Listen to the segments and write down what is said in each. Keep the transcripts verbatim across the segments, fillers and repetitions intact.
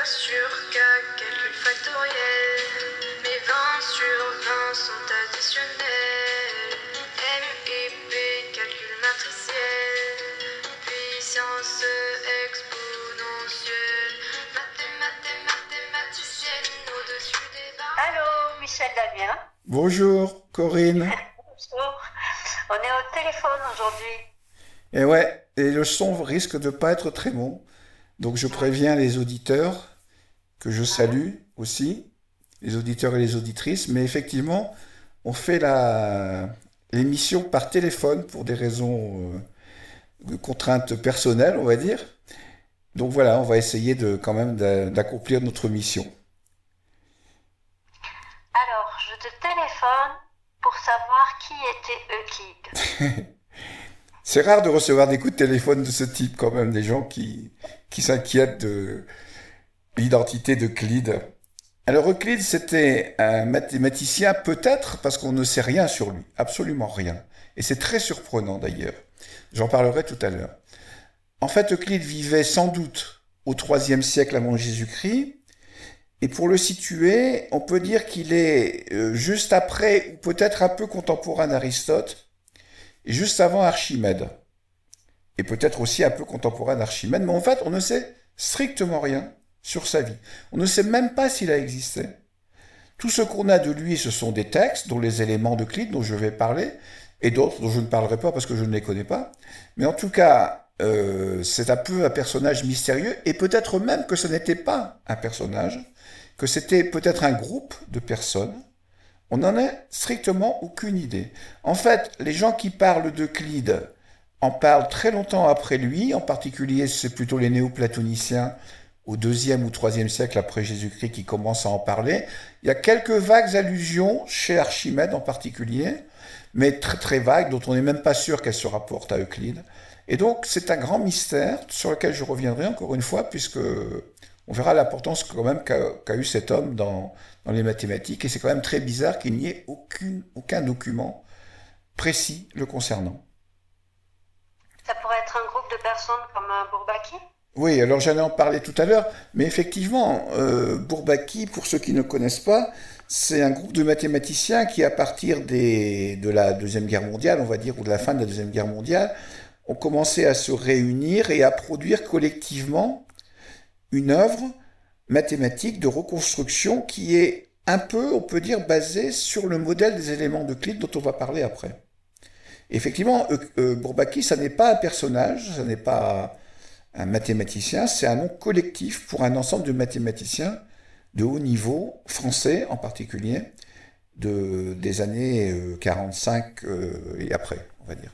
sur K, calcul factoriel. Mes vingt sur vingt sont additionnels. M et P, calcul matriciel. Puissance exponentielle. Mathé, mathé, mathématicienne au-dessus des barres. Allô, Michel Damien. Bonjour, Corinne. Bonjour. On est au téléphone aujourd'hui. Et ouais, et le son risque de pas être très bon. Donc je préviens les auditeurs que je salue aussi, les auditeurs et les auditrices. Mais effectivement, on fait la l'émission par téléphone pour des raisons euh, de contraintes personnelles, on va dire. Donc voilà, on va essayer de quand même d'a- d'accomplir notre mission. Alors, je te téléphone pour savoir qui était Euclide. C'est rare de recevoir des coups de téléphone de ce type quand même, des gens qui, qui s'inquiètent de l'identité d'Euclide. Alors Euclide, c'était un mathématicien peut-être parce qu'on ne sait rien sur lui, absolument rien. Et c'est très surprenant d'ailleurs. J'en parlerai tout à l'heure. En fait, Euclide vivait sans doute au troisième siècle avant Jésus-Christ. Et pour le situer, on peut dire qu'il est euh, juste après, ou peut-être un peu contemporain d'Aristote, et juste avant Archimède. Et peut-être aussi un peu contemporain d'Archimède, mais en fait, on ne sait strictement rien sur sa vie. On ne sait même pas s'il a existé. Tout ce qu'on a de lui, ce sont des textes, dont les éléments d'Euclide, dont je vais parler, et d'autres dont je ne parlerai pas parce que je ne les connais pas. Mais en tout cas, euh, c'est un peu un personnage mystérieux, et peut-être même que ce n'était pas un personnage, que c'était peut-être un groupe de personnes. On n'en a strictement aucune idée. En fait, les gens qui parlent d'Euclide en parlent très longtemps après lui, en particulier c'est plutôt les néoplatoniciens au deuxième ou troisième siècle après Jésus-Christ qui commencent à en parler. Il y a quelques vagues allusions chez Archimède en particulier, mais très très vagues, dont on n'est même pas sûr qu'elles se rapportent à Euclide. Et donc c'est un grand mystère sur lequel je reviendrai encore une fois, puisque on verra l'importance quand même qu'a qu'a eu cet homme dans, dans les mathématiques, et c'est quand même très bizarre qu'il n'y ait aucune, aucun document précis le concernant. Ça pourrait être un groupe de personnes comme un Bourbaki? Oui, alors j'allais en parler tout à l'heure, mais effectivement, euh, Bourbaki, pour ceux qui ne connaissent pas, c'est un groupe de mathématiciens qui, à partir des, de la Deuxième Guerre mondiale, on va dire, ou de la fin de la Deuxième Guerre mondiale, ont commencé à se réunir et à produire collectivement une œuvre mathématique de reconstruction qui est un peu, on peut dire, basée sur le modèle des éléments d'Euclide dont on va parler après. Effectivement, euh, euh, Bourbaki, ça n'est pas un personnage, ça n'est pas un mathématicien, c'est un nom collectif pour un ensemble de mathématiciens de haut niveau, français en particulier, de, des années euh, quarante-cinq euh, et après, on va dire.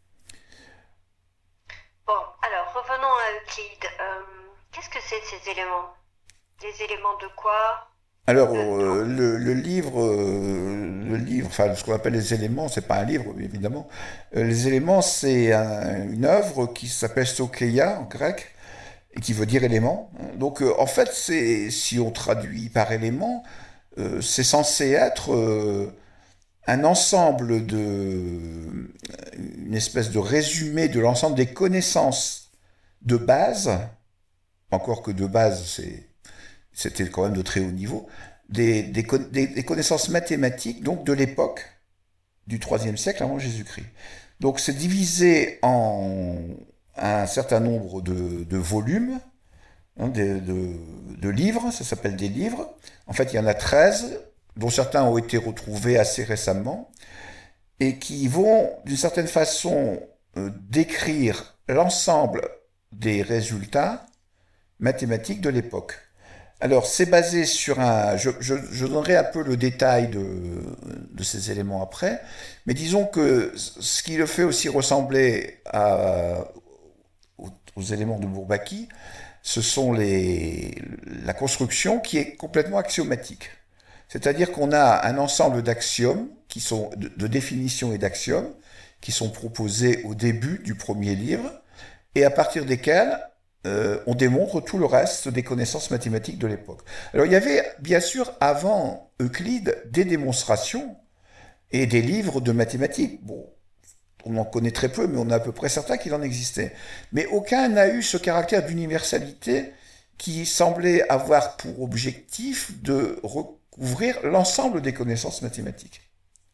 Bon, alors revenons à Euclide. Euh, qu'est-ce que c'est ces éléments? Des éléments de quoi? Alors, De temps? euh, le, le livre, euh, le livre, enfin, ce qu'on appelle les éléments, c'est pas un livre, évidemment. Euh, les éléments, c'est un- une œuvre qui s'appelle Stokéia en grec, et qui veut dire élément. Donc, euh, en fait, c'est, si on traduit par élément, euh, c'est censé être euh, un ensemble de, une espèce de résumé de l'ensemble des connaissances de base, encore que de base, c'est c'était quand même de très haut niveau, des, des, des- des connaissances mathématiques donc de l'époque du troisième siècle avant Jésus-Christ. Donc c'est divisé en un certain nombre de, de volumes, hein, de, de- de livres, ça s'appelle des livres. En fait, il y en a treize, dont certains ont été retrouvés assez récemment, et qui vont d'une certaine façon euh, décrire l'ensemble des résultats mathématiques de l'époque. Alors, c'est basé sur un... Je, je- je donnerai un peu le détail de, de ces éléments après, mais disons que ce qui le fait aussi ressembler à- aux, aux éléments de Bourbaki, ce sont les, la construction qui est complètement axiomatique. C'est-à-dire qu'on a un ensemble d'axiomes, qui sont de, de définitions et d'axiomes, qui sont proposés au début du premier livre, et à partir desquels euh, on démontre tout le reste des connaissances mathématiques de l'époque. Alors il y avait bien sûr avant Euclide des démonstrations et des livres de mathématiques. Bon, on en connaît très peu, mais on est à peu près certain qu'il en existait. Mais aucun n'a eu ce caractère d'universalité qui semblait avoir pour objectif de recouvrir l'ensemble des connaissances mathématiques.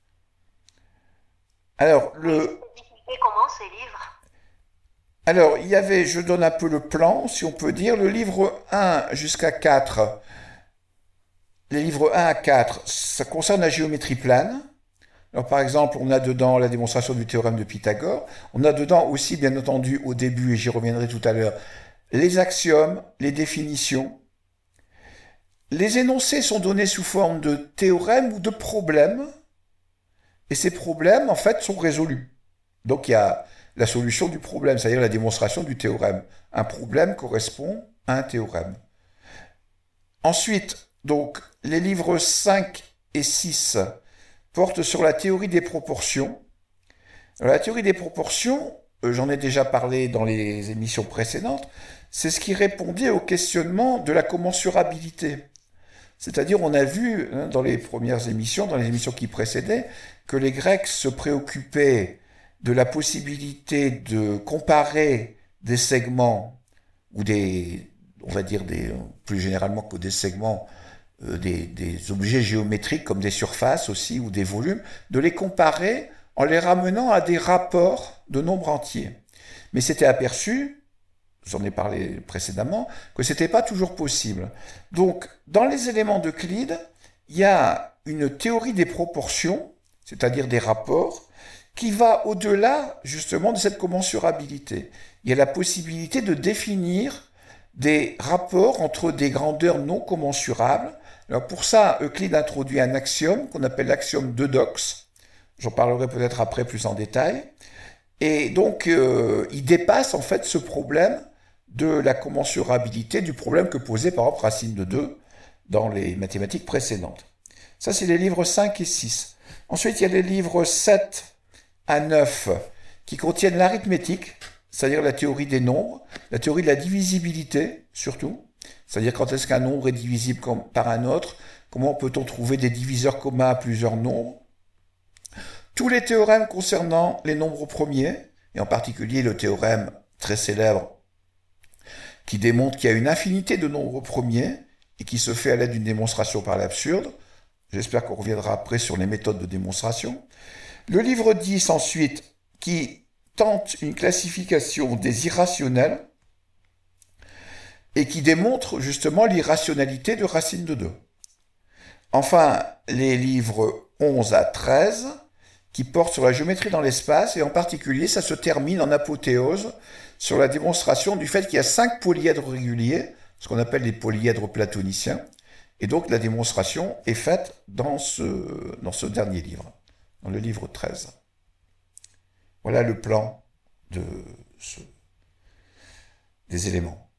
Alors, le, Et comment ces livres? alors, il y avait, je donne un peu le plan, si on peut dire, le livre un jusqu'à quatre. Les livres un à quatre, ça concerne la géométrie plane. Alors, par exemple, on a dedans la démonstration du théorème de Pythagore. On a dedans aussi, bien entendu, au début, et j'y reviendrai tout à l'heure, les axiomes, les définitions. Les énoncés sont donnés sous forme de théorèmes ou de problèmes. Et ces problèmes, en fait, sont résolus. Donc, il y a la solution du problème, c'est-à-dire la démonstration du théorème. Un problème correspond à un théorème. Ensuite, donc, les livres cinq et six portent sur la théorie des proportions. Alors, la théorie des proportions, euh, j'en ai déjà parlé dans les émissions précédentes, c'est ce qui répondait au questionnement de la commensurabilité. C'est-à-dire, on a vu hein, dans les premières émissions, dans les émissions qui précédaient, que les Grecs se préoccupaient de la possibilité de comparer des segments, ou des, on va dire des, plus généralement que des segments, euh, des, des objets géométriques comme des surfaces aussi, ou des volumes, de les comparer en les ramenant à des rapports de nombres entiers. Mais c'était aperçu, j'en ai parlé précédemment, que ce n'était pas toujours possible. Donc, dans les éléments d'Euclide, il y a une théorie des proportions, c'est-à-dire des rapports, qui va au-delà justement de cette commensurabilité. Il y a la possibilité de définir des rapports entre des grandeurs non commensurables. Alors pour ça, Euclide introduit un axiome qu'on appelle l'axiome d'Eudoxe. J'en parlerai peut-être après plus en détail. Et donc, euh, il dépasse en fait ce problème de la commensurabilité, du problème que posait par exemple Racine de deux dans les mathématiques précédentes. Ça, c'est les livres cinq et six. Ensuite, il y a les livres sept à neuf qui contiennent l'arithmétique, c'est-à-dire la théorie des nombres, la théorie de la divisibilité surtout, c'est-à-dire quand est-ce qu'un nombre est divisible par un autre, comment peut-on trouver des diviseurs communs à plusieurs nombres. Tous les théorèmes concernant les nombres premiers, et en particulier le théorème très célèbre qui démontre qu'il y a une infinité de nombres premiers et qui se fait à l'aide d'une démonstration par l'absurde. J'espère qu'on reviendra après sur les méthodes de démonstration. Le livre dix ensuite, qui tente une classification des irrationnels et qui démontre justement l'irrationalité de Racine de deux. Enfin, les livres onze à treize, qui portent sur la géométrie dans l'espace, et en particulier, ça se termine en apothéose sur la démonstration du fait qu'il y a cinq polyèdres réguliers, ce qu'on appelle les polyèdres platoniciens, et donc la démonstration est faite dans ce, dans ce dernier livre, dans le livre treize. Voilà le plan de ce, des éléments.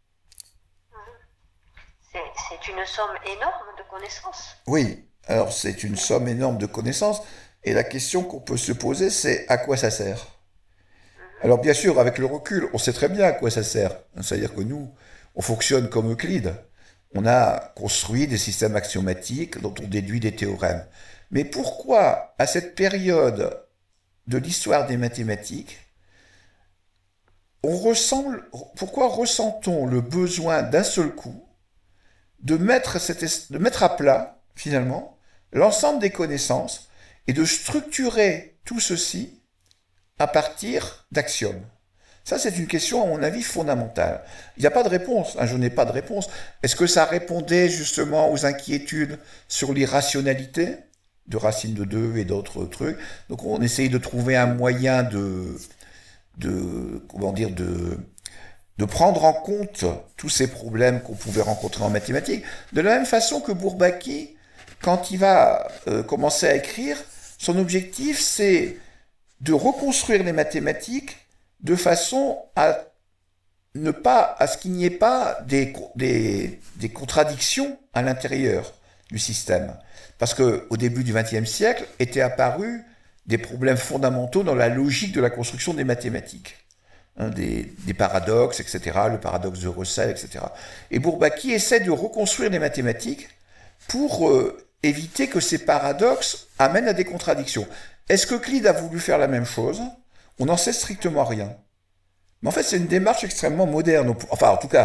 C'est, c'est une somme énorme de connaissances. Oui, alors c'est une somme énorme de connaissances, et la question qu'on peut se poser, c'est à quoi ça sert? Alors bien sûr, avec le recul, on sait très bien à quoi ça sert. C'est-à-dire que nous, on fonctionne comme Euclide. On a construit des systèmes axiomatiques dont on déduit des théorèmes. Mais pourquoi, à cette période de l'histoire des mathématiques, on ressemble, pourquoi ressent-on le besoin d'un seul coup de mettre, cette, de mettre à plat, finalement, l'ensemble des connaissances et de structurer tout ceci à partir d'axiomes? Ça, c'est une question, à mon avis, fondamentale. Il n'y a pas de réponse, hein, je n'ai pas de réponse. Est-ce que ça répondait justement aux inquiétudes sur l'irrationalité de Racine de deux et d'autres trucs? Donc on essaye de trouver un moyen de, de comment dire, de, de prendre en compte tous ces problèmes qu'on pouvait rencontrer en mathématiques. De la même façon que Bourbaki, quand il va euh, commencer à écrire, son objectif, c'est de reconstruire les mathématiques de façon à ne pas, à ce qu'il n'y ait pas des, des, des contradictions à l'intérieur du système. Parce qu'au début du vingtième siècle étaient apparus des problèmes fondamentaux dans la logique de la construction des mathématiques. Hein, des, des paradoxes, et cetera, le paradoxe de Russell, et cetera. Et Bourbaki essaie de reconstruire les mathématiques pour euh, éviter que ces paradoxes amènent à des contradictions. Est-ce que Euclide a voulu faire la même chose? On n'en sait strictement rien. Mais en fait, c'est une démarche extrêmement moderne. Enfin, en tout cas,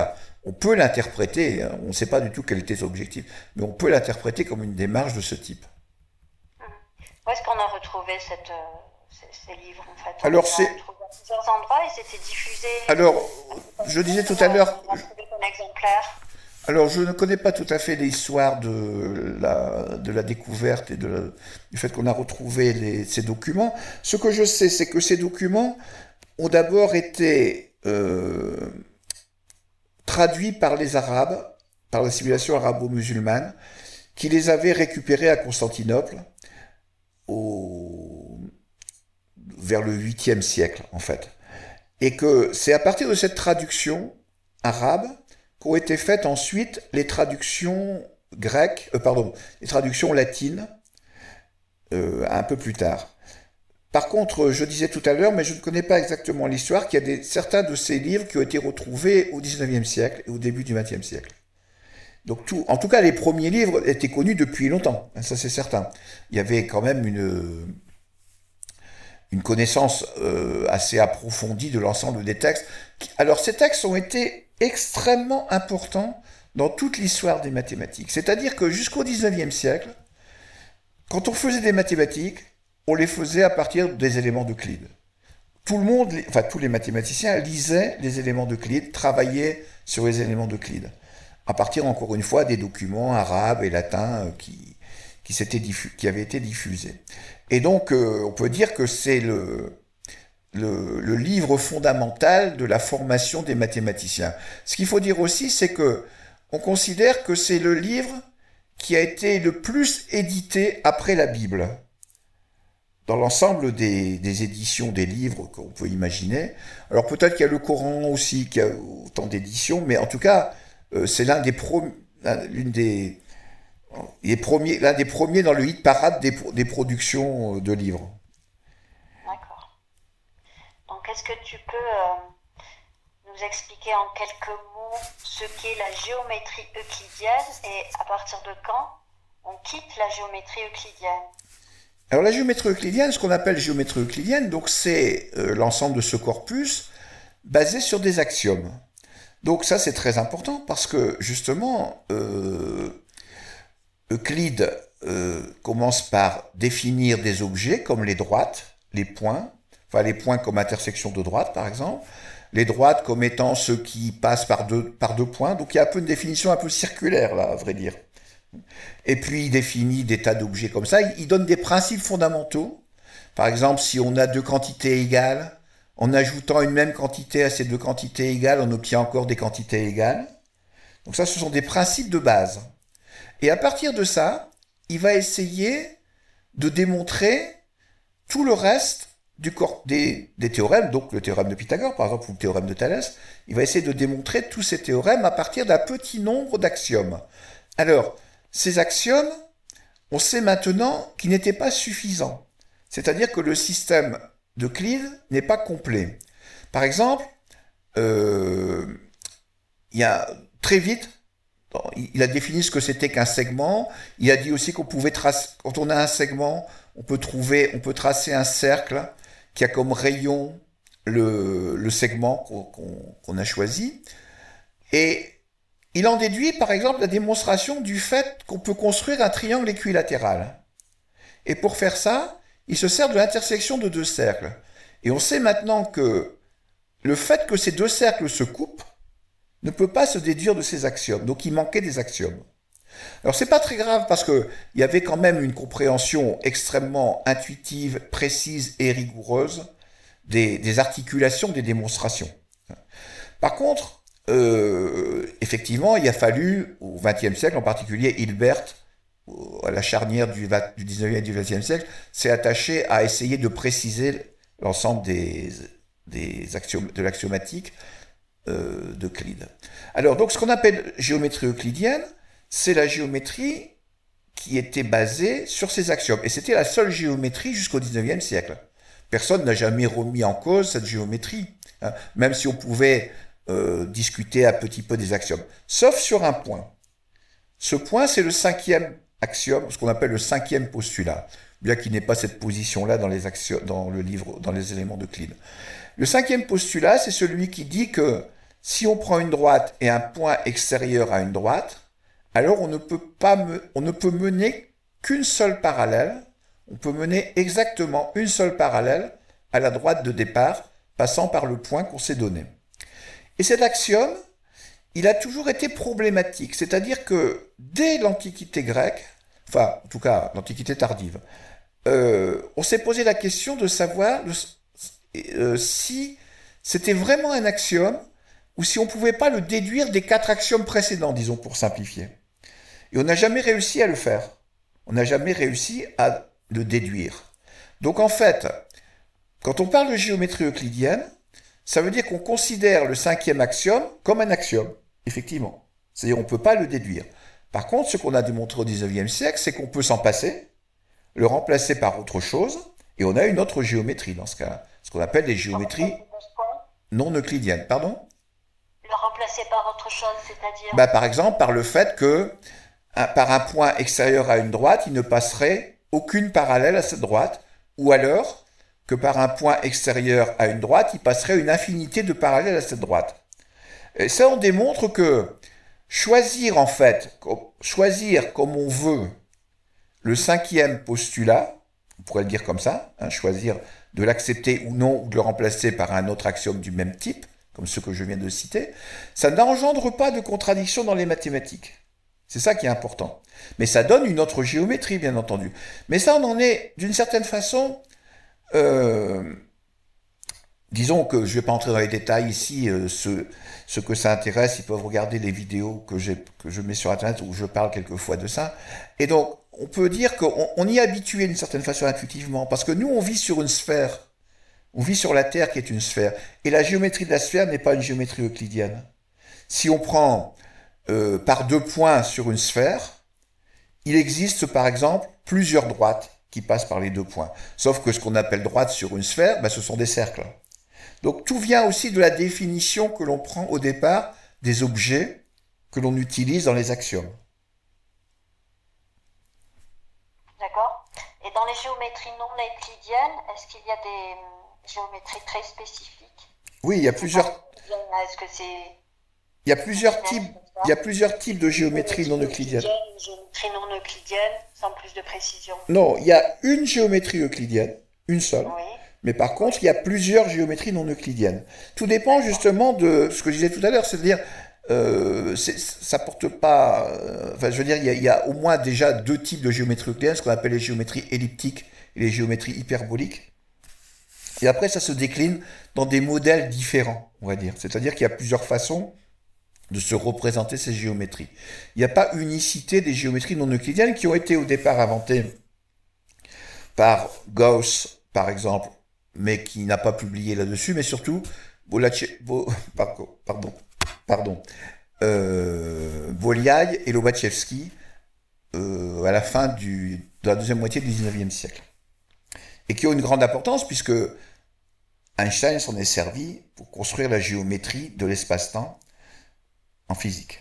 On peut l'interpréter, hein, on ne sait pas du tout quel était son objectif, mais on peut l'interpréter comme une démarche de ce type. Où est-ce qu'on a retrouvé cette, euh, ces, ces livres en fait? On Alors, les a c'est, retrouvés à plusieurs endroits et c'était diffusé alors, un peu je partout. disais tout On à a, l'heure, on a trouvé un exemplaire. alors je ne connais pas tout à fait l'histoire de la, de la découverte et de la- du fait qu'on a retrouvé les- ces documents. Ce que je sais, c'est que ces documents ont d'abord été euh, traduits par les Arabes, par la civilisation arabo-musulmane, qui les avait récupérés à Constantinople au- vers le huitième siècle, en fait. Et que c'est à partir de cette traduction arabe qu'ont été faites ensuite les traductions grecques, euh, pardon, les traductions latines, euh, un peu plus tard. Par contre, je disais tout à l'heure, mais je ne connais pas exactement l'histoire, qu'il y a des, certains de ces livres qui ont été retrouvés au dix-neuvième siècle et au début du vingtième siècle. Donc tout, en tout cas, les premiers livres étaient connus depuis longtemps, hein, ça c'est certain. Il y avait quand même une, une connaissance euh, assez approfondie de l'ensemble des textes. Alors ces textes ont été extrêmement importants dans toute l'histoire des mathématiques. C'est-à-dire que jusqu'au dix-neuvième siècle, quand on faisait des mathématiques, on les faisait à partir des éléments d'Euclide. Tout le monde, enfin tous les mathématiciens lisaient les éléments d'Euclide, travaillaient sur les éléments d'Euclide, à partir encore une fois des documents arabes et latins euh, qui, qui, s'étaient diffu- qui avaient été diffusés. Et donc euh, on peut dire que c'est le, le, le livre fondamental de la formation des mathématiciens. Ce qu'il faut dire aussi, c'est que on considère que c'est le livre qui a été le plus édité après la Bible. Dans l'ensemble des, des éditions des livres qu'on peut imaginer. Alors peut-être qu'il y a le Coran aussi qui a autant d'éditions, mais en tout cas, euh, c'est l'un des, pro, l'une des, les premiers, l'un des premiers dans le hit parade des, des productions de livres. D'accord. Donc, est-ce que tu peux euh, nous expliquer en quelques mots ce qu'est la géométrie euclidienne et à partir de quand on quitte la géométrie euclidienne? Alors la géométrie euclidienne, ce qu'on appelle géométrie euclidienne, donc c'est euh, l'ensemble de ce corpus basé sur des axiomes. Donc ça c'est très important parce que justement euh, Euclide euh, commence par définir des objets comme les droites, les points, enfin les points comme intersection de droites par exemple, les droites comme étant ceux qui passent par deux, par deux points, donc il y a un peu une définition un peu circulaire là à vrai dire. Et puis il définit des tas d'objets comme ça, il donne des principes fondamentaux. Par exemple, si on a deux quantités égales, en ajoutant une même quantité à ces deux quantités égales, on obtient encore des quantités égales. Donc ça, ce sont des principes de base. Et à partir de ça, il va essayer de démontrer tout le reste du corps, des, des théorèmes, donc le théorème de Pythagore, par exemple, ou le théorème de Thalès. Il va essayer de démontrer tous ces théorèmes à partir d'un petit nombre d'axiomes. Alors, ces axiomes, on sait maintenant qu'ils n'étaient pas suffisants. C'est-à-dire que le système d'Euclide n'est pas complet. Par exemple, euh, il y a très vite, il a défini ce que c'était qu'un segment. Il a dit aussi qu'on pouvait tracer, quand on a un segment, on peut trouver, on peut tracer un cercle qui a comme rayon le, le segment qu'on, qu'on, qu'on a choisi. Et il en déduit, par exemple, la démonstration du fait qu'on peut construire un triangle équilatéral. Et pour faire ça, il se sert de l'intersection de deux cercles. Et on sait maintenant que le fait que ces deux cercles se coupent ne peut pas se déduire de ces axiomes. Donc il manquait des axiomes. Alors c'est pas très grave parce qu'il y avait quand même une compréhension extrêmement intuitive, précise et rigoureuse des, des articulations des démonstrations. Par contre, Euh, effectivement, il a fallu, au vingtième siècle en particulier, Hilbert, à la charnière du, du dix-neuvième et du vingtième siècle, s'est attaché à essayer de préciser l'ensemble des, des axiomes, de l'axiomatique euh, d'Euclide. Alors, donc, ce qu'on appelle géométrie euclidienne, c'est la géométrie qui était basée sur ces axiomes. Et c'était la seule géométrie jusqu'au dix-neuvième siècle. Personne n'a jamais remis en cause cette géométrie, hein, même si on pouvait Euh, discuter un petit peu des axiomes, sauf sur un point. Ce point, c'est le cinquième axiome, ce qu'on appelle le cinquième postulat, bien qu'il n'ait pas cette position-là dans les axiomes, dans le livre, dans les éléments d'Euclide. Le cinquième postulat, c'est celui qui dit que si on prend une droite et un point extérieur à une droite, alors on ne peut pas me- on ne peut mener qu'une seule parallèle. On peut mener exactement une seule parallèle à la droite de départ, passant par le point qu'on s'est donné. Et cet axiome, il a toujours été problématique, c'est-à-dire que dès l'Antiquité grecque, enfin en tout cas l'Antiquité tardive, euh, on s'est posé la question de savoir le- euh, si c'était vraiment un axiome ou si on ne pouvait pas le déduire des quatre axiomes précédents, disons pour simplifier. Et on n'a jamais réussi à le faire. On n'a jamais réussi à le déduire. Donc en fait, quand on parle de géométrie euclidienne, ça veut dire qu'on considère le cinquième axiome comme un axiome, effectivement. C'est-à-dire qu'on ne peut pas le déduire. Par contre, ce qu'on a démontré au dix-neuvième siècle, c'est qu'on peut s'en passer, le remplacer par autre chose, et on a une autre géométrie dans ce cas, ce qu'on appelle les géométries non euclidiennes. Pardon? Le remplacer par autre chose, c'est-à-dire Bah, par exemple, par le fait que un- par un point extérieur à une droite, il ne passerait aucune parallèle à cette droite, ou alors que par un point extérieur à une droite, il passerait une infinité de parallèles à cette droite. Et ça, on démontre que choisir, en fait, co- choisir comme on veut le cinquième postulat, on pourrait le dire comme ça, hein, choisir de l'accepter ou non, ou de le remplacer par un autre axiome du même type, comme ceux que je viens de citer, ça n'engendre pas de contradiction dans les mathématiques. C'est ça qui est important. Mais ça donne une autre géométrie, bien entendu. Mais ça, on en est, d'une certaine façon, euh, disons que je ne vais pas entrer dans les détails ici, euh, ceux, ceux que ça intéresse, ils peuvent regarder les vidéos que, j'ai, que je mets sur Internet où je parle quelquefois de ça. Et donc, on peut dire qu'on on y est habitué d'une certaine façon intuitivement, parce que nous, on vit sur une sphère. On vit sur la Terre qui est une sphère. Et la géométrie de la sphère n'est pas une géométrie euclidienne. Si on prend euh, par deux points sur une sphère, il existe par exemple plusieurs droites qui passent par les deux points. Sauf que ce qu'on appelle droite sur une sphère, ben, ce sont des cercles. Donc tout vient aussi de la définition que l'on prend au départ des objets que l'on utilise dans les axiomes. D'accord. Et dans les géométries non euclidiennes, est-ce qu'il y a des hum, géométries très spécifiques? Oui, il y a plusieurs, Est-ce que c'est il y a plusieurs types, il y a plusieurs types de géométrie non euclidienne. Une géométrie non euclidienne, sans plus de précision. Non, il y a une géométrie euclidienne, une seule. Oui. Mais par contre, il y a plusieurs géométries non euclidiennes. Tout dépend justement de ce que je disais tout à l'heure, c'est-à-dire, euh, c'est- ça porte pas. euh, Enfin, je veux dire, il y, a, il y a au moins déjà deux types de géométries euclidiennes, ce qu'on appelle les géométries elliptiques et les géométries hyperboliques. Et après, ça se décline dans des modèles différents, on va dire. C'est-à-dire qu'il y a plusieurs façons de se représenter ces géométries. Il n'y a pas unicité des géométries non euclidiennes qui ont été au départ inventées par Gauss, par exemple, mais qui n'a pas publié là-dessus, mais surtout Bolache- Bo- pardon, pardon, pardon, euh, Bolyai et Lobachevsky euh, à la fin du, de la deuxième moitié du dix-neuvième siècle. Et qui ont une grande importance puisque Einstein s'en est servi pour construire la géométrie de l'espace-temps en physique.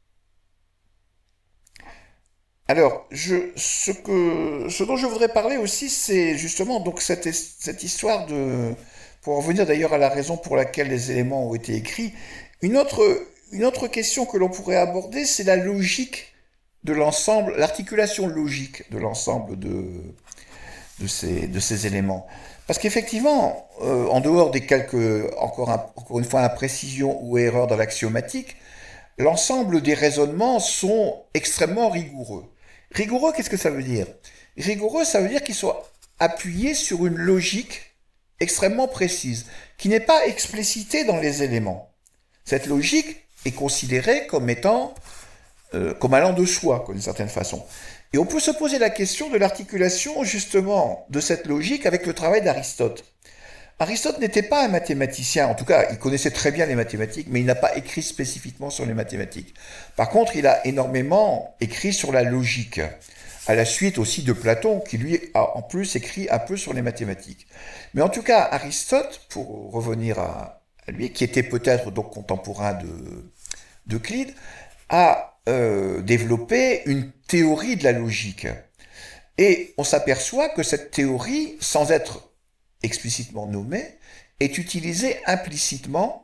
Alors, je, ce, que, ce dont je voudrais parler aussi, c'est justement donc cette, cette histoire de... Pour en revenir d'ailleurs à la raison pour laquelle les éléments ont été écrits, une autre, une autre question que l'on pourrait aborder, c'est la logique de l'ensemble, l'articulation logique de l'ensemble de, de, ces, de ces éléments. Parce qu'effectivement, euh, en dehors des quelques, encore, un- encore une fois, imprécisions ou erreurs dans l'axiomatique, l'ensemble des raisonnements sont extrêmement rigoureux. Rigoureux, qu'est-ce que ça veut dire? Rigoureux, ça veut dire qu'ils sont appuyés sur une logique extrêmement précise, qui n'est pas explicitée dans les éléments. Cette logique est considérée comme étant, euh, comme allant de soi, d'une certaine façon. Et on peut se poser la question de l'articulation, justement, de cette logique avec le travail d'Aristote. Aristote n'était pas un mathématicien, en tout cas, il connaissait très bien les mathématiques, mais il n'a pas écrit spécifiquement sur les mathématiques. Par contre, il a énormément écrit sur la logique, à la suite aussi de Platon, qui lui a en plus écrit un peu sur les mathématiques. Mais en tout cas, Aristote, pour revenir à, à lui, qui était peut-être donc contemporain de d'Euclide, a euh, développé une théorie de la logique. Et on s'aperçoit que cette théorie, sans être explicitement nommée, est utilisée implicitement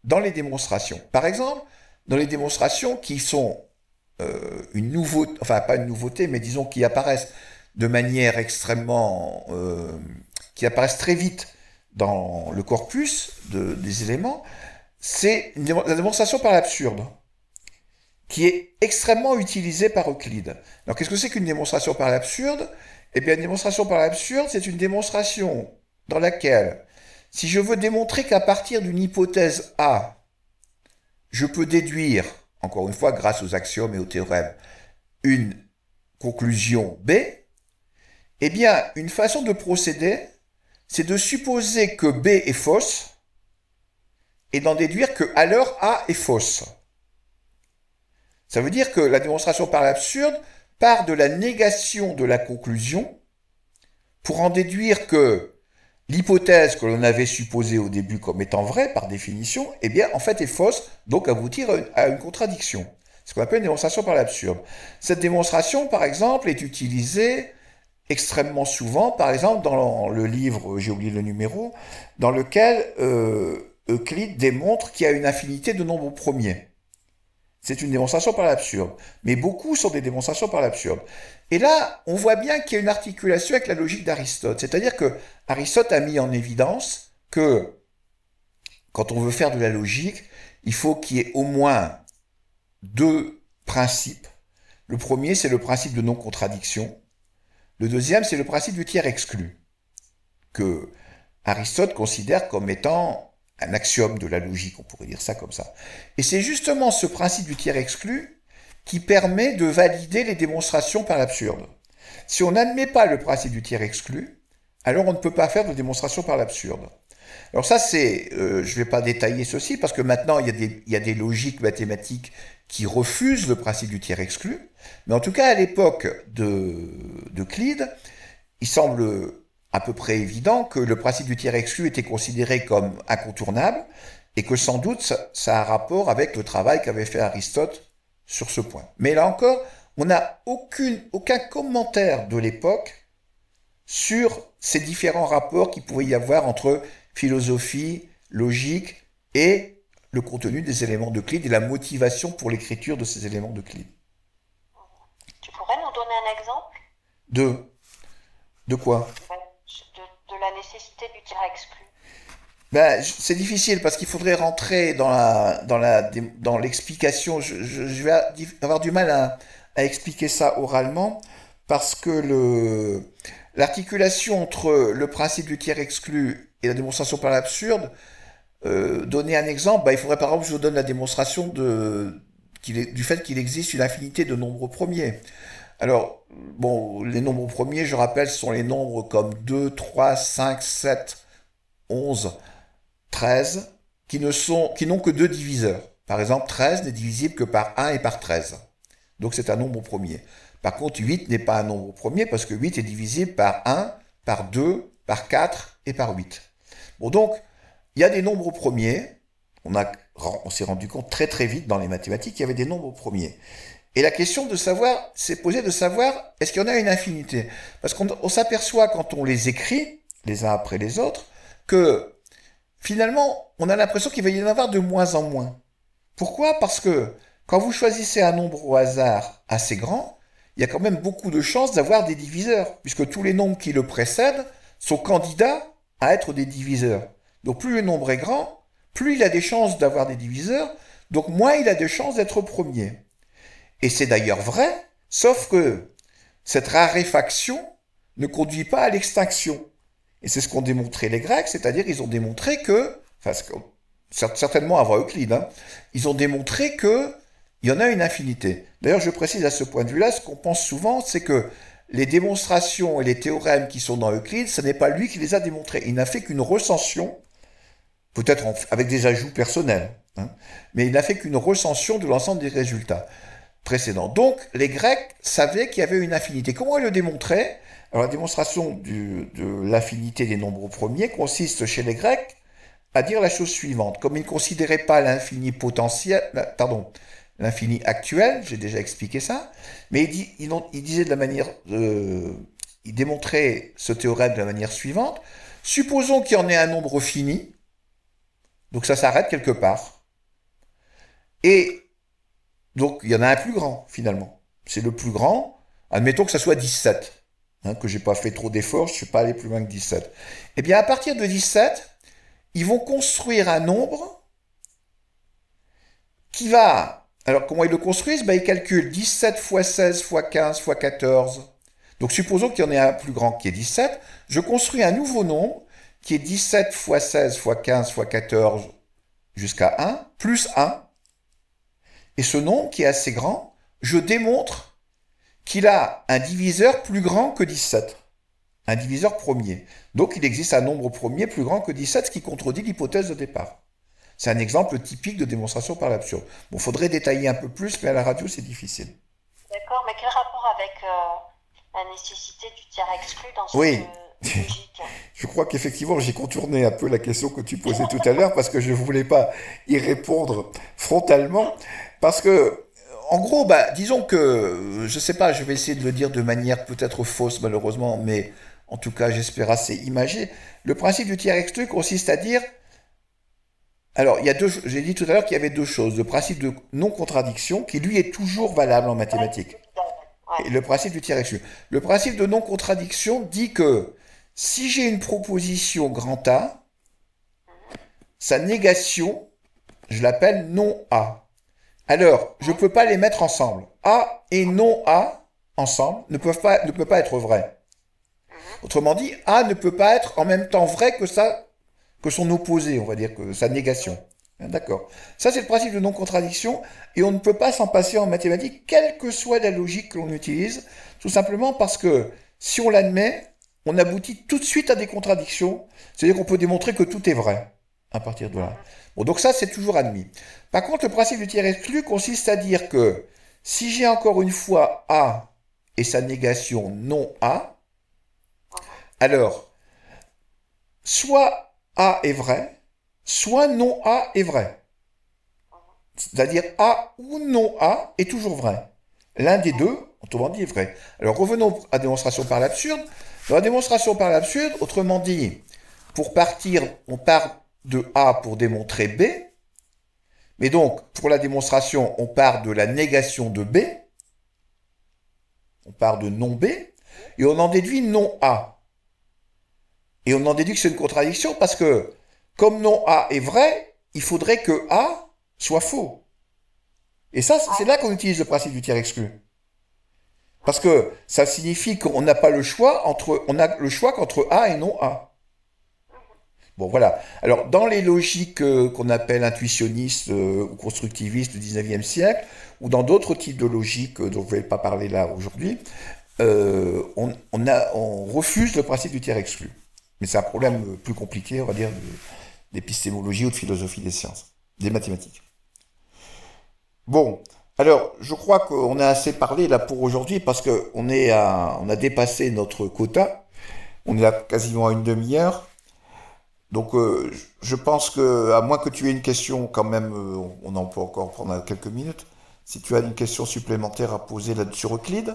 dans les démonstrations. Par exemple, dans les démonstrations qui sont euh, une nouveauté, enfin pas une nouveauté, mais disons qui apparaissent de manière extrêmement, euh, qui apparaissent très vite dans le corpus de, des éléments, c'est une démo- la démonstration par l'absurde, qui est extrêmement utilisée par Euclide. Alors qu'est-ce que c'est qu'une démonstration par l'absurde? Eh bien, une démonstration par l'absurde, c'est une démonstration dans laquelle, si je veux démontrer qu'à partir d'une hypothèse A, je peux déduire, encore une fois grâce aux axiomes et aux théorèmes, une conclusion B, eh bien, une façon de procéder, c'est de supposer que B est fausse et d'en déduire que alors A est fausse. Ça veut dire que la démonstration par l'absurde part de la négation de la conclusion pour en déduire que l'hypothèse que l'on avait supposée au début comme étant vraie, par définition, eh bien, en fait, est fausse, donc aboutir à une contradiction. C'est ce qu'on appelle une démonstration par l'absurde. Cette démonstration, par exemple, est utilisée extrêmement souvent, par exemple, dans le livre, j'ai oublié le numéro, dans lequel euh, Euclide démontre qu'il y a une infinité de nombres premiers. C'est une démonstration par l'absurde. Mais beaucoup sont des démonstrations par l'absurde. Et là, on voit bien qu'il y a une articulation avec la logique d'Aristote. C'est-à-dire que Aristote a mis en évidence que quand on veut faire de la logique, il faut qu'il y ait au moins deux principes. Le premier, c'est le principe de non-contradiction. Le deuxième, c'est le principe du tiers exclu, que Aristote considère comme étant un axiome de la logique, on pourrait dire ça comme ça. Et c'est justement ce principe du tiers exclu qui permet de valider les démonstrations par l'absurde. Si on n'admet pas le principe du tiers exclu, alors on ne peut pas faire de démonstration par l'absurde. Alors ça, c'est, euh, je ne vais pas détailler ceci, parce que maintenant, il y a des, il y a des logiques mathématiques qui refusent le principe du tiers exclu, mais en tout cas, à l'époque de, d'Euclide, il semble à peu près évident que le principe du tiers exclu était considéré comme incontournable, et que sans doute ça, ça a rapport avec le travail qu'avait fait Aristote sur ce point. Mais là encore, on n'a aucune, aucun commentaire de l'époque sur ces différents rapports qu'il pouvait y avoir entre philosophie, logique et le contenu des éléments d'Euclide et la motivation pour l'écriture de ces éléments d'Euclide. Tu pourrais nous donner un exemple De De quoi? de, de la nécessité du tiers exclu. Ben, c'est difficile parce qu'il faudrait rentrer dans la, dans la, dans l'explication. Je, je, je vais avoir du mal à, à expliquer ça oralement parce que le, l'articulation entre le principe du tiers exclu et la démonstration par l'absurde, euh, donner un exemple, ben, il faudrait par exemple que je vous donne la démonstration de, qu'il est, du fait qu'il existe une infinité de nombres premiers. Alors, bon, les nombres premiers, je rappelle, sont les nombres comme deux, trois, cinq, sept, onze, treize, qui ne sont, qui n'ont que deux diviseurs. Par exemple, treize n'est divisible que par un et par treize. Donc c'est un nombre premier. Par contre, huit n'est pas un nombre premier parce que huit est divisible par un, par deux, par quatre et par huit. Bon, donc, il y a des nombres premiers. On a, on s'est rendu compte très très vite dans les mathématiques qu'il y avait des nombres premiers. Et la question de savoir, c'est posée de savoir, est-ce qu'il y en a une infinité? Parce qu'on on s'aperçoit quand on les écrit, les uns après les autres, que finalement, on a l'impression qu'il va y en avoir de moins en moins. Pourquoi? Parce que quand vous choisissez un nombre au hasard assez grand, il y a quand même beaucoup de chances d'avoir des diviseurs, puisque tous les nombres qui le précèdent sont candidats à être des diviseurs. Donc plus le nombre est grand, plus il a des chances d'avoir des diviseurs, donc moins il a de chances d'être premier. Et c'est d'ailleurs vrai, sauf que cette raréfaction ne conduit pas à l'extinction. Et c'est ce qu'ont démontré les Grecs, c'est-à-dire ils ont démontré que, enfin, certainement avant Euclide, hein, ils ont démontré que il y en a une infinité. D'ailleurs, je précise à ce point de vue-là, ce qu'on pense souvent, c'est que les démonstrations et les théorèmes qui sont dans Euclide, ce n'est pas lui qui les a démontrés. Il n'a fait qu'une recension, peut-être en, avec des ajouts personnels, hein, mais il n'a fait qu'une recension de l'ensemble des résultats précédents. Donc, les Grecs savaient qu'il y avait une infinité. Comment ils le démontraient? Alors, la démonstration du, de l'infinité des nombres premiers consiste chez les Grecs à dire la chose suivante. Comme ils ne considéraient pas l'infini potentiel, pardon, l'infini actuel, j'ai déjà expliqué ça, mais ils, dit, ils, ils disaient de la manière, euh, ils démontraient ce théorème de la manière suivante. Supposons qu'il y en ait un nombre fini, donc ça s'arrête quelque part. Et donc, il y en a un plus grand, finalement. C'est le plus grand. Admettons que ça soit dix-sept. Hein, que j'ai pas fait trop d'efforts, je suis pas allé plus loin que dix-sept. Eh bien, à partir de dix-sept, ils vont construire un nombre qui va... Alors, comment ils le construisent? Ben, ils calculent dix-sept fois seize fois quinze fois quatorze. Donc, supposons qu'il y en ait un plus grand qui est dix-sept. Je construis un nouveau nombre qui est dix-sept fois seize fois quinze fois quatorze jusqu'à un, plus un. Et ce nombre qui est assez grand, je démontre qu'il a un diviseur plus grand que dix-sept. Un diviseur premier. Donc, il existe un nombre premier plus grand que dix-sept, ce qui contredit l'hypothèse de départ. C'est un exemple typique de démonstration par l'absurde. Bon, il faudrait détailler un peu plus, mais à la radio, c'est difficile. D'accord, mais quel rapport avec euh, la nécessité du tiers exclu dans cette Oui. euh, logique? Je crois qu'effectivement, j'ai contourné un peu la question que tu posais tout à l'heure parce que je ne voulais pas y répondre frontalement. Parce que, en gros, bah, disons que, je ne sais pas, je vais essayer de le dire de manière peut-être fausse malheureusement, mais en tout cas, j'espère assez imagée. Le principe du tiers exclu consiste à dire, alors, il y a deux, j'ai dit tout à l'heure qu'il y avait deux choses. Le principe de non-contradiction, qui lui est toujours valable en mathématiques. Ouais. Et le principe du tiers exclu. Le principe de non-contradiction dit que si j'ai une proposition grand A, sa négation, je l'appelle non A. Alors, je ne peux pas les mettre ensemble. A et non A, ensemble, ne peuvent pas, ne peuvent pas être vrais. Autrement dit, A ne peut pas être en même temps vrai que, ça, que son opposé, on va dire, que sa négation. D'accord. Ça, c'est le principe de non-contradiction, et on ne peut pas s'en passer en mathématiques, quelle que soit la logique que l'on utilise, tout simplement parce que si on l'admet, on aboutit tout de suite à des contradictions, c'est-à-dire qu'on peut démontrer que tout est vrai, à partir de là. Bon, donc ça, c'est toujours admis. Par contre, le principe du tiers exclu consiste à dire que si j'ai encore une fois A et sa négation non A, alors, soit A est vrai, soit non A est vrai. C'est-à-dire A ou non A est toujours vrai. L'un des deux, autrement dit, est vrai. Alors revenons à la démonstration par l'absurde. Dans la démonstration par l'absurde, autrement dit, pour partir, on part de A pour démontrer B, mais donc pour la démonstration, on part de la négation de B, on part de non B, et on en déduit non A. Et on en déduit que c'est une contradiction parce que, comme non A est vrai, il faudrait que A soit faux. Et ça, c'est là qu'on utilise le principe du tiers exclu. Parce que ça signifie qu'on n'a pas le choix entre, on a le choix qu'entre A et non A. Bon, voilà. Alors, dans les logiques euh, qu'on appelle intuitionnistes euh, ou constructivistes du dix-neuvième siècle, ou dans d'autres types de logiques euh, dont je ne vais pas parler là aujourd'hui, euh, on, on, a, on refuse le principe du tiers exclu. Mais c'est un problème plus compliqué, on va dire, d'épistémologie ou de philosophie des sciences, des mathématiques. Bon, alors, je crois qu'on a assez parlé là pour aujourd'hui parce qu'on est à, on a dépassé notre quota. On est à quasiment à une demi-heure. Donc, euh, je pense que, à moins que tu aies une question, quand même, euh, on en peut encore prendre quelques minutes. Si tu as une question supplémentaire à poser là sur Euclide.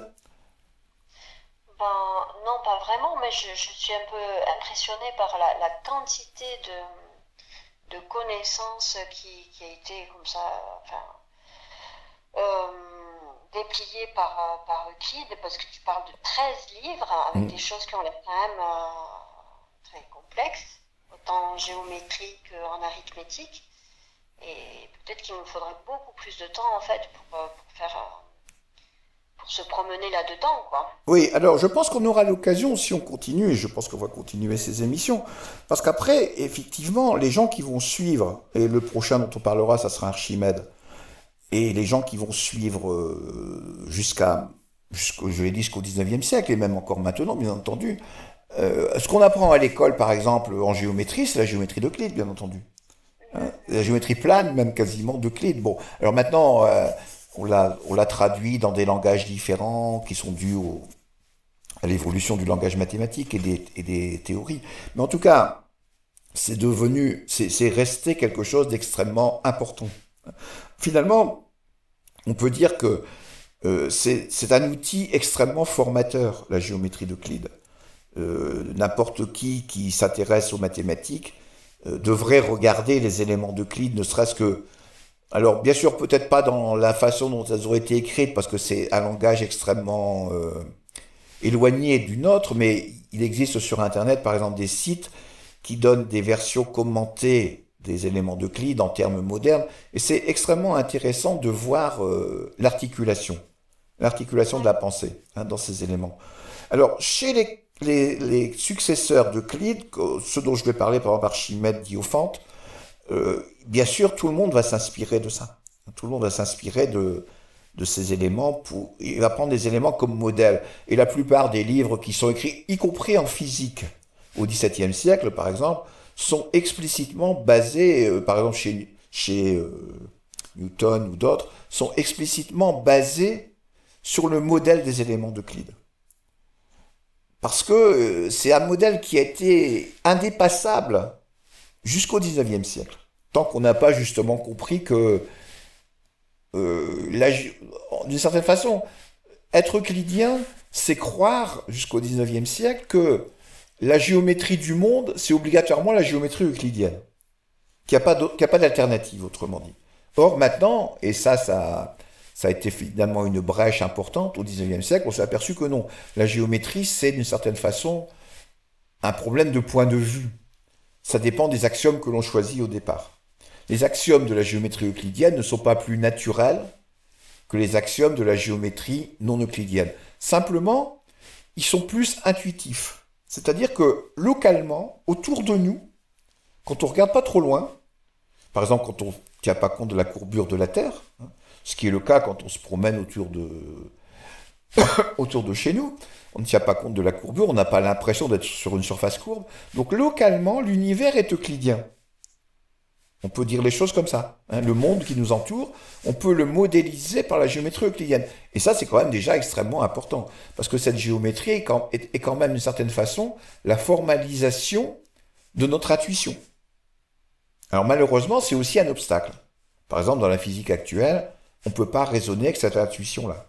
Ben, non, pas vraiment, mais je, je suis un peu impressionnée par la, la quantité de, de connaissances qui, qui a été comme ça, enfin, euh, dépliée par, euh, par Euclide, parce que tu parles de treize livres avec Mm. des choses qui ont l'air quand même euh, très complexes, autant en géométrie qu'en arithmétique. Et peut-être qu'il me faudrait beaucoup plus de temps, en fait, pour, euh, pour faire... euh, pour se promener là-dedans, quoi. Oui, alors je pense qu'on aura l'occasion, si on continue, et je pense qu'on va continuer ces émissions, parce qu'après, effectivement, les gens qui vont suivre, et le prochain dont on parlera, ça sera Archimède, et les gens qui vont suivre euh, jusqu'à, jusqu'au, je l'ai dit, jusqu'au dix-neuvième siècle, et même encore maintenant, bien entendu, euh, ce qu'on apprend à l'école, par exemple, en géométrie, c'est la géométrie d'Euclide, bien entendu. Hein, la géométrie plane, même quasiment d'Euclide. Bon, alors maintenant... Euh, On l'a, on l'a traduit dans des langages différents qui sont dus au, à l'évolution du langage mathématique et des, et des théories. Mais en tout cas, c'est devenu, c'est, c'est resté quelque chose d'extrêmement important. Finalement, on peut dire que euh, c'est, c'est un outil extrêmement formateur, la géométrie d'Euclide. Euh, n'importe qui qui s'intéresse aux mathématiques euh, devrait regarder les éléments d'Euclide, ne serait-ce que Alors, bien sûr, peut-être pas dans la façon dont elles ont été écrites, parce que c'est un langage extrêmement euh, éloigné du nôtre, mais il existe sur Internet, par exemple, des sites qui donnent des versions commentées des éléments d'Euclide en termes modernes, et c'est extrêmement intéressant de voir euh, l'articulation, l'articulation de la pensée hein, dans ces éléments. Alors, chez les, les, les successeurs d'Euclide, que- ceux dont je vais parler, par exemple Archimède, Diophante, euh, bien sûr, tout le monde va s'inspirer de ça. Tout le monde va s'inspirer de, de ces éléments. Pour, il va prendre des éléments comme modèle. Et la plupart des livres qui sont écrits, y compris en physique, au XVIIe siècle, par exemple, sont explicitement basés, euh, par exemple chez, chez euh, Newton ou d'autres, sont explicitement basés sur le modèle des éléments d'Euclide. Parce que euh, c'est un modèle qui a été indépassable jusqu'au XIXe siècle. Tant qu'on n'a pas justement compris que, euh, la gé- d'une certaine façon, être euclidien, c'est croire jusqu'au XIXe siècle que la géométrie du monde, c'est obligatoirement la géométrie euclidienne, qu'il n'y a pas d'au- qu'il y a pas d'alternative, autrement dit. Or, maintenant, et ça, ça, ça a été finalement une brèche importante au XIXe siècle, on s'est aperçu que non, la géométrie, c'est d'une certaine façon un problème de point de vue. Ça dépend des axiomes que l'on choisit au départ. Les axiomes de la géométrie euclidienne ne sont pas plus naturels que les axiomes de la géométrie non euclidienne. Simplement, ils sont plus intuitifs. C'est-à-dire que localement, autour de nous, quand on regarde pas trop loin, par exemple quand on ne tient pas compte de la courbure de la Terre, hein, ce qui est le cas quand on se promène autour de, autour de chez nous, on ne tient pas compte de la courbure, on n'a pas l'impression d'être sur une surface courbe. Donc localement, l'univers est euclidien. On peut dire les choses comme ça. Hein. Le monde qui nous entoure, on peut le modéliser par la géométrie euclidienne. Et ça, c'est quand même déjà extrêmement important. Parce que cette géométrie est quand, est, est quand même, d'une certaine façon, la formalisation de notre intuition. Alors malheureusement, c'est aussi un obstacle. Par exemple, dans la physique actuelle, on ne peut pas raisonner avec cette intuition-là.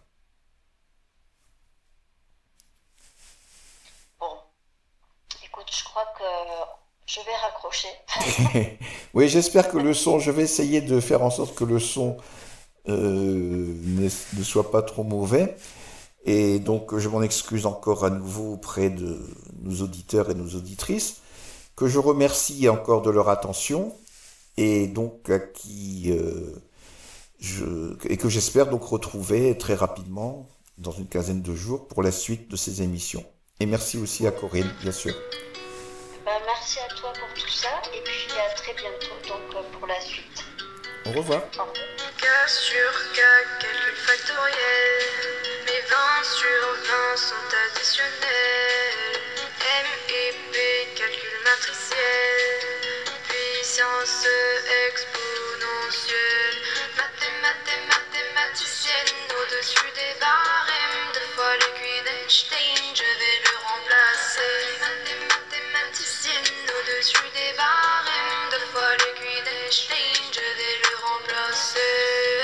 Bon, écoute, je crois que je vais raccrocher. Oui, j'espère que le son, je vais essayer de faire en sorte que le son euh, ne, ne soit pas trop mauvais. Et donc, je m'en excuse encore à nouveau auprès de nos auditeurs et nos auditrices, que je remercie encore de leur attention, et donc à qui euh, je, et que j'espère donc retrouver très rapidement, dans une quinzaine de jours, pour la suite de ces émissions. Et merci aussi à Corinne, bien sûr. Ben, merci à toi pour tout ça et puis à très bientôt donc euh, pour la suite. Au revoir. Au revoir. K sur K, calcul factoriel. Mes vingt sur vingt sont additionnels. M et P, calcul matriciel. Puissance exponentielle. Mathé, mathé, mathématicienne. Au-dessus des barèmes. Deux fois l'aiguille d'Einstein, je vais le remplacer. Mathé, mathématicienne. Au-dessus des barèmes. Deux fois l'aiguille d'Einstein, je vais le remplacer.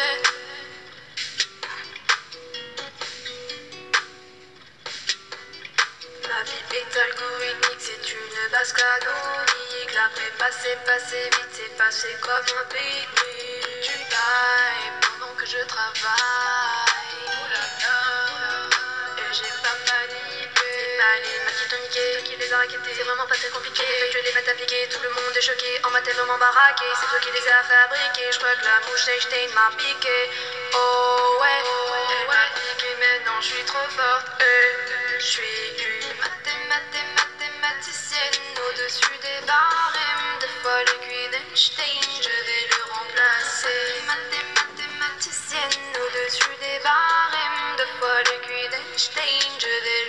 Ma vie est algorithmique, c'est une base canonique. La prépa c'est passé vite, c'est passé comme un pique-nique. Tu bailles pendant que je travaille. Oh là là, et j'ai pas manipulé. Bah, les maths qui t'ont niqué, toi qui les a raquettés. C'est vraiment pas très compliqué, fait que les maths appliquées. Tout le monde est choqué, en maths t'es vraiment baraqué. C'est toi qui les as fabriqués, je crois que la mouche Einstein m'a piqué. Oh ouais, elle m'a piqué, maintenant je suis trop forte. Eh, je suis une mathé, mathé, mathématicienne. Au-dessus des barèmes, deux fois l'aiguille d'Einstein, je vais le remplacer. Mathé, mathématicienne. Au-dessus des barèmes, deux fois l'aiguille d'Einstein, je vais